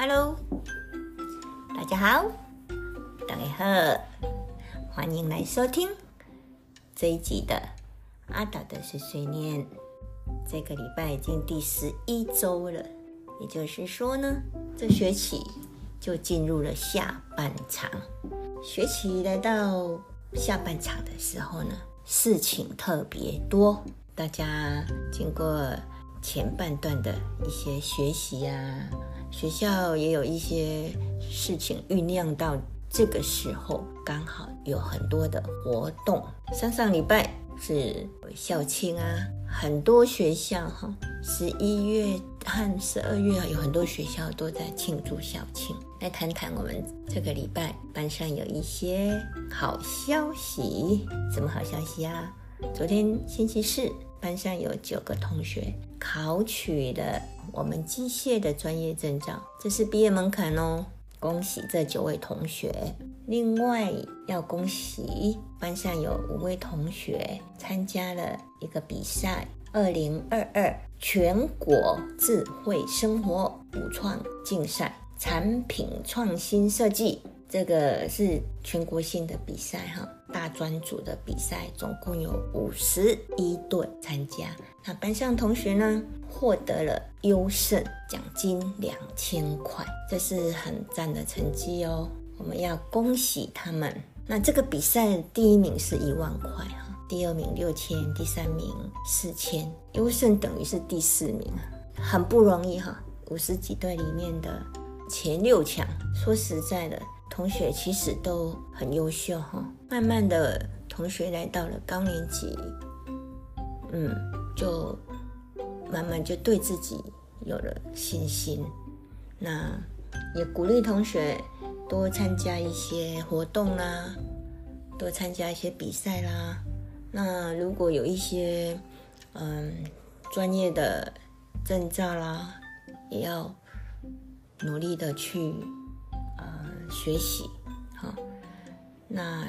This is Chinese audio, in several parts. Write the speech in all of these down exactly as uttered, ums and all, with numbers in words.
Hello， 大家好，大家好，欢迎来收听这一集的阿岛的碎碎念。这个礼拜已经第十一周了，也就是说呢，这学期就进入了下半场。学期来到下半场的时候呢，事情特别多，大家经过前半段的一些学习啊，学校也有一些事情酝酿到这个时候，刚好有很多的活动。上上礼拜是校庆啊，很多学校哈，十一月和十二月有很多学校都在庆祝校庆。来谈谈我们这个礼拜班上有一些好消息。什么好消息啊？昨天星期四，班上有九个同学考取了我们机械的专业证照，这是毕业门槛哦，恭喜这九位同学。另外要恭喜班上有五位同学参加了一个比赛，二零二二全国智慧生活五创竞赛产品创新设计，这个是全国性的比赛哈，大专组的比赛，总共有五十一队参加。那班上同学呢，获得了优胜，奖金两千块，这是很赞的成绩哦，我们要恭喜他们。那这个比赛第一名是一万块哈，第二名六千，第三名四千，优胜等于是第四名，很不容易哈。五十几队里面的前六强，说实在的，同学其实都很优秀哈。慢慢的，同学来到了高年级，嗯，就慢慢就对自己有了信心。那也鼓励同学多参加一些活动啦，多参加一些比赛啦。那如果有一些嗯专业的证照啦，也要努力的去呃学习。好，那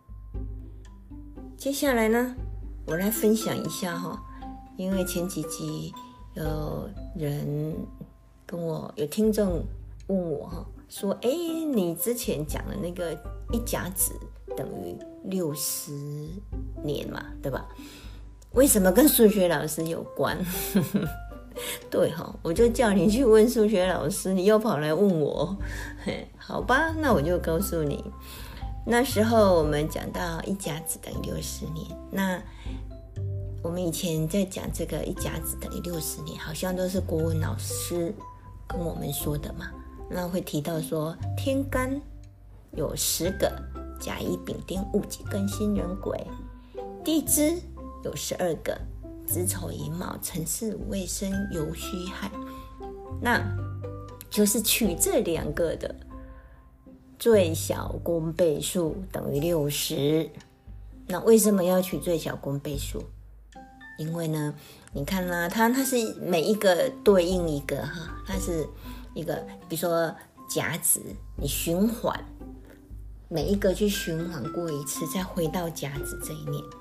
接下来呢，我来分享一下哈，因为前几集有人跟我有听众问我哈，说哎，你之前讲的那个一甲子等于六十年嘛，对吧？为什么跟数学老师有关？对哈，我就叫你去问数学老师，你又跑来问我，嘿，好吧，那我就告诉你。那时候我们讲到一甲子等于六十年，那我们以前在讲这个一甲子等于六十年，好像都是国文老师跟我们说的嘛。那会提到说，天干有十个，甲乙丙丁戊己庚辛壬癸；地支有十二个，子丑寅卯辰巳午未申酉戌亥，那就是取这两个的最小公倍数等于六十。那为什么要取最小公倍数？因为呢，你看啦、啊，它它是每一个对应一个哈，它是一个，比如说甲子，你循环每一个去循环过一次，再回到甲子这一年，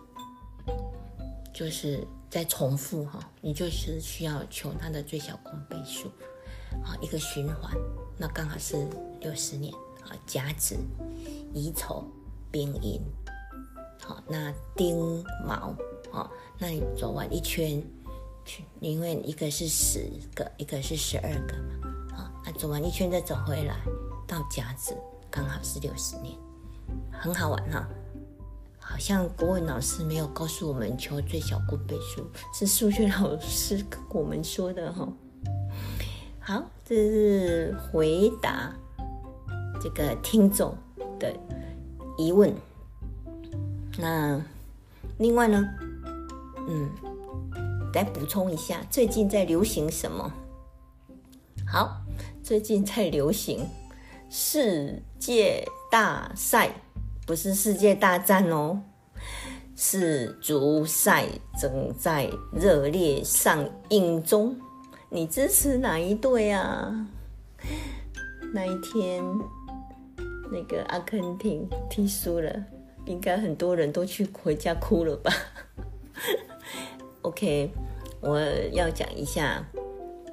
就是再重复哈，你就是需要求它的最小公倍数，好，一个循环，那刚好是六十年啊。甲子、乙丑、丙寅，好，那丁卯，好，那你走完一圈，因为一个是十个，一个是十二个嘛，好，那走完一圈再走回来，到甲子刚好是六十年，很好玩哈。好像国文老师没有告诉我们求最小公倍数，是数学老师跟我们说的哈。好，这是回答这个听众的疑问。那另外呢，嗯，再补充一下，最近在流行什么？好，最近在流行世界大赛。不是世界大战哦，世足赛正在热烈上映中。你支持哪一队啊？那一天那个阿根廷踢输了，应该很多人都去回家哭了吧？OK， 我要讲一下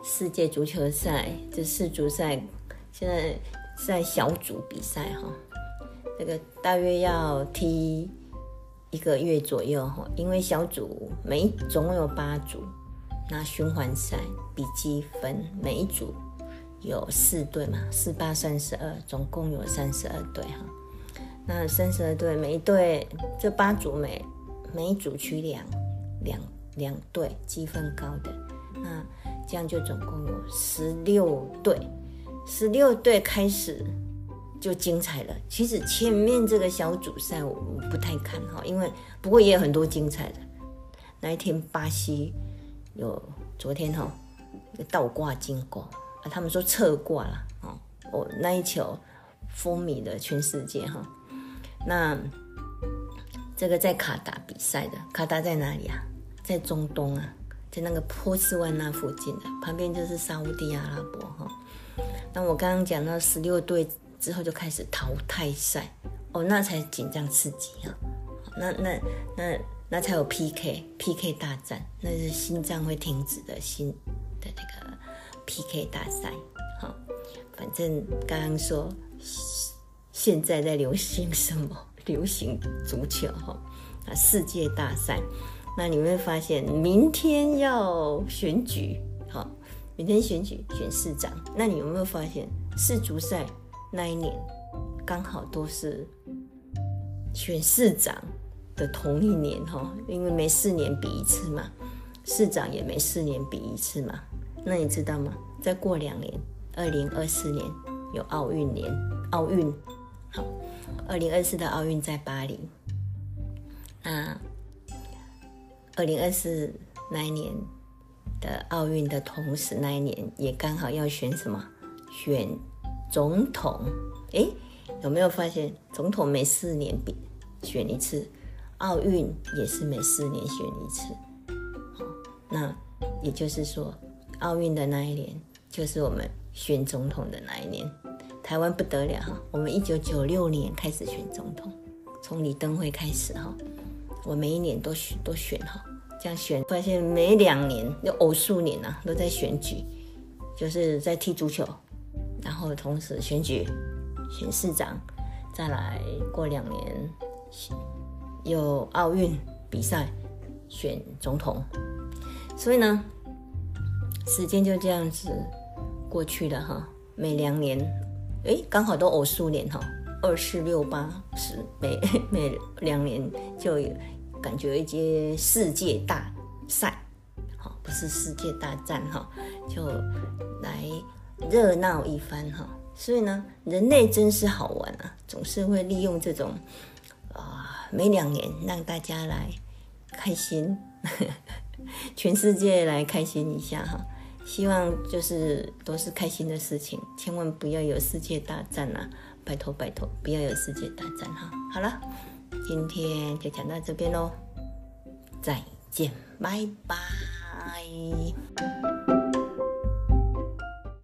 世界足球赛，这世足赛现在在小组比赛哈，这个大约要踢一个月左右哈，因为小组每一总共有八组，那循环赛比积分，每一组有四队嘛，四八三十二，总共有三十二队哈。那三十二队，每一队这八组每每一组取两两两队积分高的，那这样就总共有十六队，十六队开始就精彩了。其实前面这个小组赛我不太看哈，因为不过也有很多精彩的。那一天巴西有昨天哈倒挂金钩啊，他们说侧挂啦哦，哦那一球风靡了全世界哈。那这个在卡达比赛的，卡达在哪里啊？在中东啊，在那个波斯湾那附近的，旁边就是沙烏地阿拉伯哈。那我刚刚讲到十六队之后就开始淘汰赛哦，那才紧张刺激啊！那那那那才有 P K P K 大战，那是心脏会停止的心的那个 P K 大赛。好，反正刚刚说现在在流行什么？流行足球哈啊，世界大赛。那你会发现明天要选举，好，明天选举选市长。那你有没有发现世足赛那一年刚好都是选市长的同一年哈？因为每四年比一次嘛，市长也每四年比一次嘛。那你知道吗？再过两年，二零二四年有奥运年，奥运好，二零二四的奥运在巴黎。那二零二四那一年的奥运的同时，那一年也刚好要选什么？选总统。诶，有没有发现总统每四年比选一次，奥运也是每四年选一次。好，那也就是说，奥运的那一年就是我们选总统的那一年。台湾不得了哈，我们一九九六年开始选总统，从李登辉开始哈。我每一年都选都选哈，这样选发现每两年有偶数年啊都在选举，就是在踢足球，然后同时选举选市长，再来过两年有奥运比赛选总统，所以呢时间就这样子过去了哈，每两年诶刚好都偶数年哈，二四六八十每每两年就有感觉一些世界大赛，好，不是世界大战哈，就来热闹一番哈。所以呢，人类真是好玩啊，总是会利用这种啊、呃、每两年让大家来开心，全世界来开心一下哈。希望就是都是开心的事情，千万不要有世界大战啊！拜托拜托，不要有世界大战哈。好了，今天就讲到这边咯，再见，拜拜。